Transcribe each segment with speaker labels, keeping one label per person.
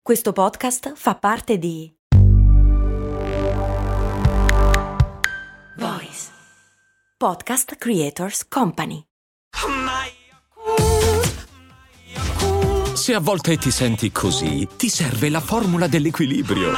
Speaker 1: Questo podcast fa parte di Voice Podcast Creators Company.
Speaker 2: Se a volte ti senti così, ti serve la formula dell'equilibrio.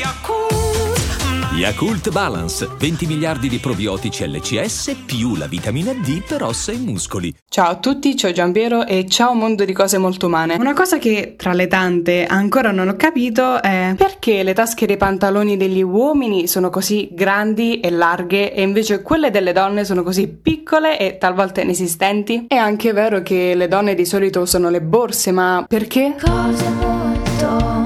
Speaker 2: Yakult Balance, 20 miliardi di probiotici LCS più la vitamina D per ossa e muscoli.
Speaker 3: Ciao a tutti, ciao Giampiero e ciao mondo di cose molto umane. Una cosa che tra le tante ancora non ho capito è perché le tasche dei pantaloni degli uomini sono così grandi e larghe e invece quelle delle donne sono così piccole e talvolta inesistenti. È anche vero che le donne di solito usano le borse, ma perché?
Speaker 4: Cose molto umane.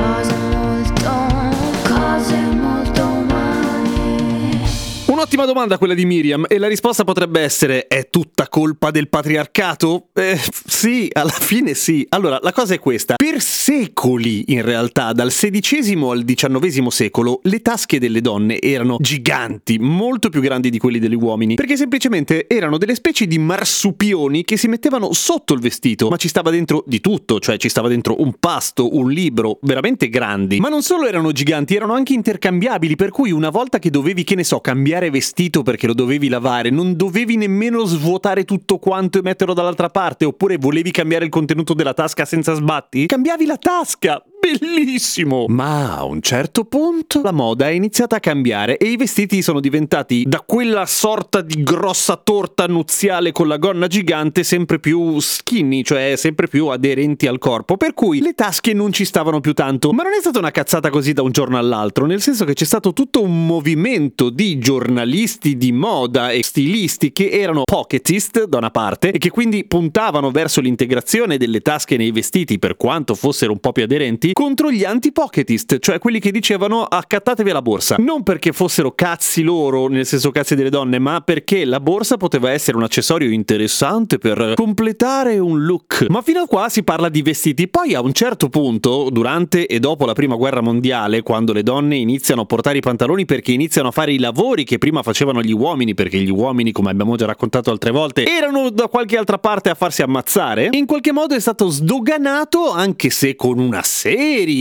Speaker 5: Un'ottima domanda quella di Miriam, e la risposta potrebbe essere: è tutta colpa del patriarcato? Sì, alla fine sì. Allora, la cosa è questa: per secoli, in realtà, dal XVI al XIX secolo, le tasche delle donne erano giganti, molto più grandi di quelli degli uomini, perché semplicemente erano delle specie di marsupioni che si mettevano sotto il vestito, ma ci stava dentro di tutto, cioè ci stava dentro un pasto, un libro, veramente grandi. Ma non solo erano giganti, erano anche intercambiabili, per cui una volta che dovevi, che ne so, cambiare vestito perché lo dovevi lavare, non dovevi nemmeno svuotare tutto quanto e metterlo dall'altra parte. Oppure volevi cambiare il contenuto della tasca senza sbatti? Cambiavi la tasca! Bellissimo! Ma a un certo punto la moda è iniziata a cambiare e i vestiti sono diventati, da quella sorta di grossa torta nuziale con la gonna gigante, sempre più skinny, cioè sempre più aderenti al corpo, per cui le tasche non ci stavano più tanto. Ma non è stata una cazzata così da un giorno all'altro, nel senso che c'è stato tutto un movimento di giornalisti di moda e stilisti che erano pocketist da una parte e che quindi puntavano verso l'integrazione delle tasche nei vestiti, per quanto fossero un po' più aderenti, contro gli anti-pocketist, cioè quelli che dicevano accattatevi la borsa. Non perché fossero cazzi loro, nel senso cazzi delle donne, ma perché la borsa poteva essere un accessorio interessante per completare un look. Ma fino a qua si parla di vestiti. Poi a un certo punto, durante e dopo la prima guerra mondiale, quando le donne iniziano a portare i pantaloni perché iniziano a fare i lavori che prima facevano gli uomini, perché gli uomini, come abbiamo già raccontato altre volte, erano da qualche altra parte a farsi ammazzare, in qualche modo è stato sdoganato, anche se con una serie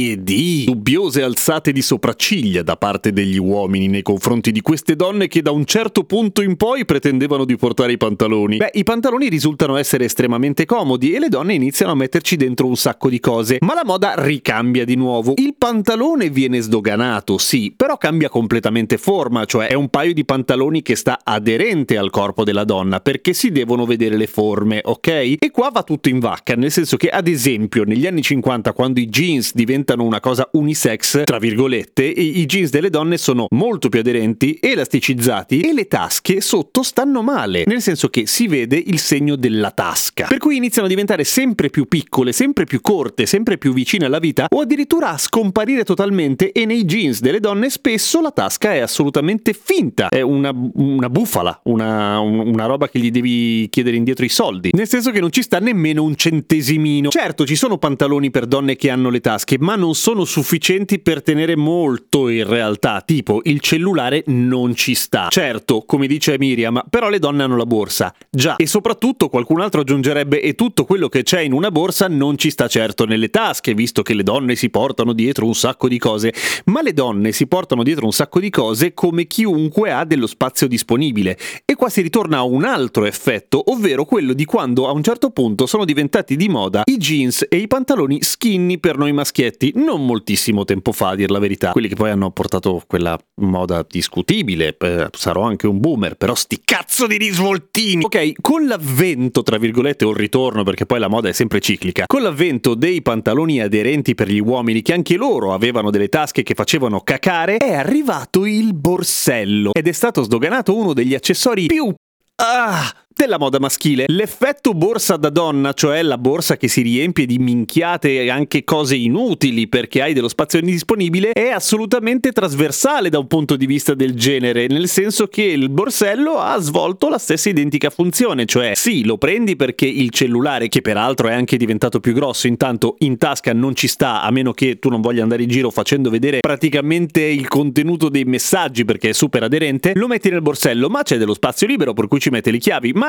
Speaker 5: di dubbiose alzate di sopracciglia da parte degli uomini nei confronti di queste donne che da un certo punto in poi pretendevano di portare i pantaloni. I pantaloni risultano essere estremamente comodi e le donne iniziano a metterci dentro un sacco di cose, ma la moda ricambia di nuovo. Il pantalone viene sdoganato, sì, però cambia completamente forma, cioè è un paio di pantaloni che sta aderente al corpo della donna, perché si devono vedere le forme, ok? E qua va tutto in vacca, nel senso che, ad esempio, negli anni 50, quando i jeans diventano una cosa unisex, tra virgolette, i jeans delle donne sono molto più aderenti, elasticizzati, e le tasche sotto stanno male, nel senso che si vede il segno della tasca, per cui iniziano a diventare sempre più piccole, sempre più corte, sempre più vicine alla vita, o addirittura a scomparire totalmente, e nei jeans delle donne spesso la tasca è assolutamente finta, è una bufala, una roba che gli devi chiedere indietro i soldi, nel senso che non ci sta nemmeno un centesimino. Certo, ci sono pantaloni per donne che hanno le tasche, ma non sono sufficienti per tenere molto in realtà, tipo il cellulare non ci sta. Certo, come dice Miriam, però le donne hanno la borsa. Già, e soprattutto qualcun altro aggiungerebbe: e tutto quello che c'è in una borsa non ci sta certo nelle tasche, visto che le donne si portano dietro un sacco di cose. Ma le donne si portano dietro un sacco di cose come chiunque ha dello spazio disponibile. E qua si ritorna a un altro effetto, ovvero quello di quando a un certo punto sono diventati di moda i jeans e i pantaloni skinny per noi maschietti, non moltissimo tempo fa, a dir la verità. Quelli che poi hanno portato quella moda discutibile, sarò anche un boomer, però sti cazzo di risvoltini! Ok, con l'avvento, tra virgolette, o il ritorno, perché poi la moda è sempre ciclica, con l'avvento dei pantaloni aderenti per gli uomini, che anche loro avevano delle tasche che facevano cacare, è arrivato il borsello, ed è stato sdoganato uno degli accessori più della moda maschile. L'effetto borsa da donna, cioè la borsa che si riempie di minchiate e anche cose inutili perché hai dello spazio disponibile, è assolutamente trasversale da un punto di vista del genere, nel senso che il borsello ha svolto la stessa identica funzione, cioè sì, lo prendi perché il cellulare, che peraltro è anche diventato più grosso, intanto in tasca non ci sta, a meno che tu non voglia andare in giro facendo vedere praticamente il contenuto dei messaggi perché è super aderente, lo metti nel borsello, ma c'è dello spazio libero per cui ci metti le chiavi, ma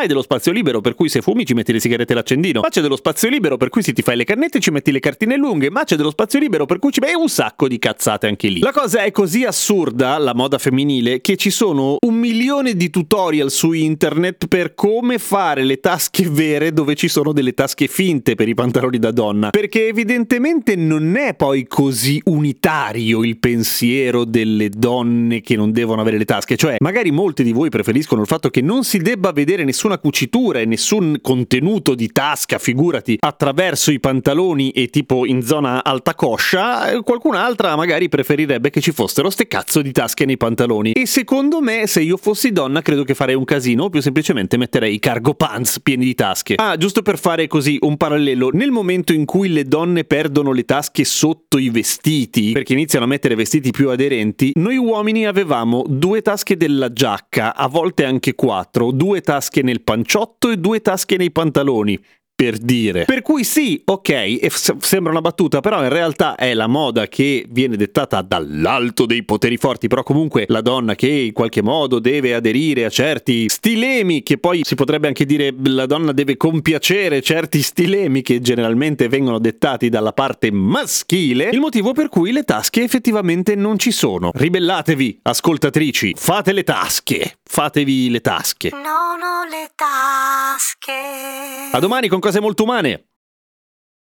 Speaker 5: hai dello spazio libero per cui se fumi ci metti le sigarette e l'accendino, ma c'è dello spazio libero per cui se ti fai le cannette ci metti le cartine lunghe, ma c'è dello spazio libero per cui ci metti un sacco di cazzate anche lì. La cosa è così assurda, la moda femminile, che ci sono 1 milione di tutorial su internet per come fare le tasche vere dove ci sono delle tasche finte per i pantaloni da donna, perché evidentemente non è poi così unitario il pensiero delle donne che non devono avere le tasche, cioè magari molti di voi preferiscono il fatto che non si debba vedere nessuna cucitura e nessun contenuto di tasca, figurati, attraverso i pantaloni e tipo in zona alta coscia, qualcun'altra magari preferirebbe che ci fossero ste cazzo di tasche nei pantaloni. E secondo me, se io fossi donna, credo che farei un casino, o più semplicemente metterei i cargo pants pieni di tasche. Ah, giusto per fare così un parallelo, nel momento in cui le donne perdono le tasche sotto i vestiti, perché iniziano a mettere vestiti più aderenti, noi uomini avevamo 2 tasche della giacca, a volte anche 4, 2 tasche nel panciotto e 2 tasche nei pantaloni. Per dire. Per cui sì, ok, e sembra una battuta, però in realtà è la moda che viene dettata dall'alto dei poteri forti, però comunque la donna che in qualche modo deve aderire a certi stilemi, che poi si potrebbe anche dire la donna deve compiacere certi stilemi che generalmente vengono dettati dalla parte maschile, il motivo per cui le tasche effettivamente non ci sono. Ribellatevi, ascoltatrici, fate le tasche, fatevi le tasche.
Speaker 1: Non ho le tasche.
Speaker 5: A domani con cose molto umane.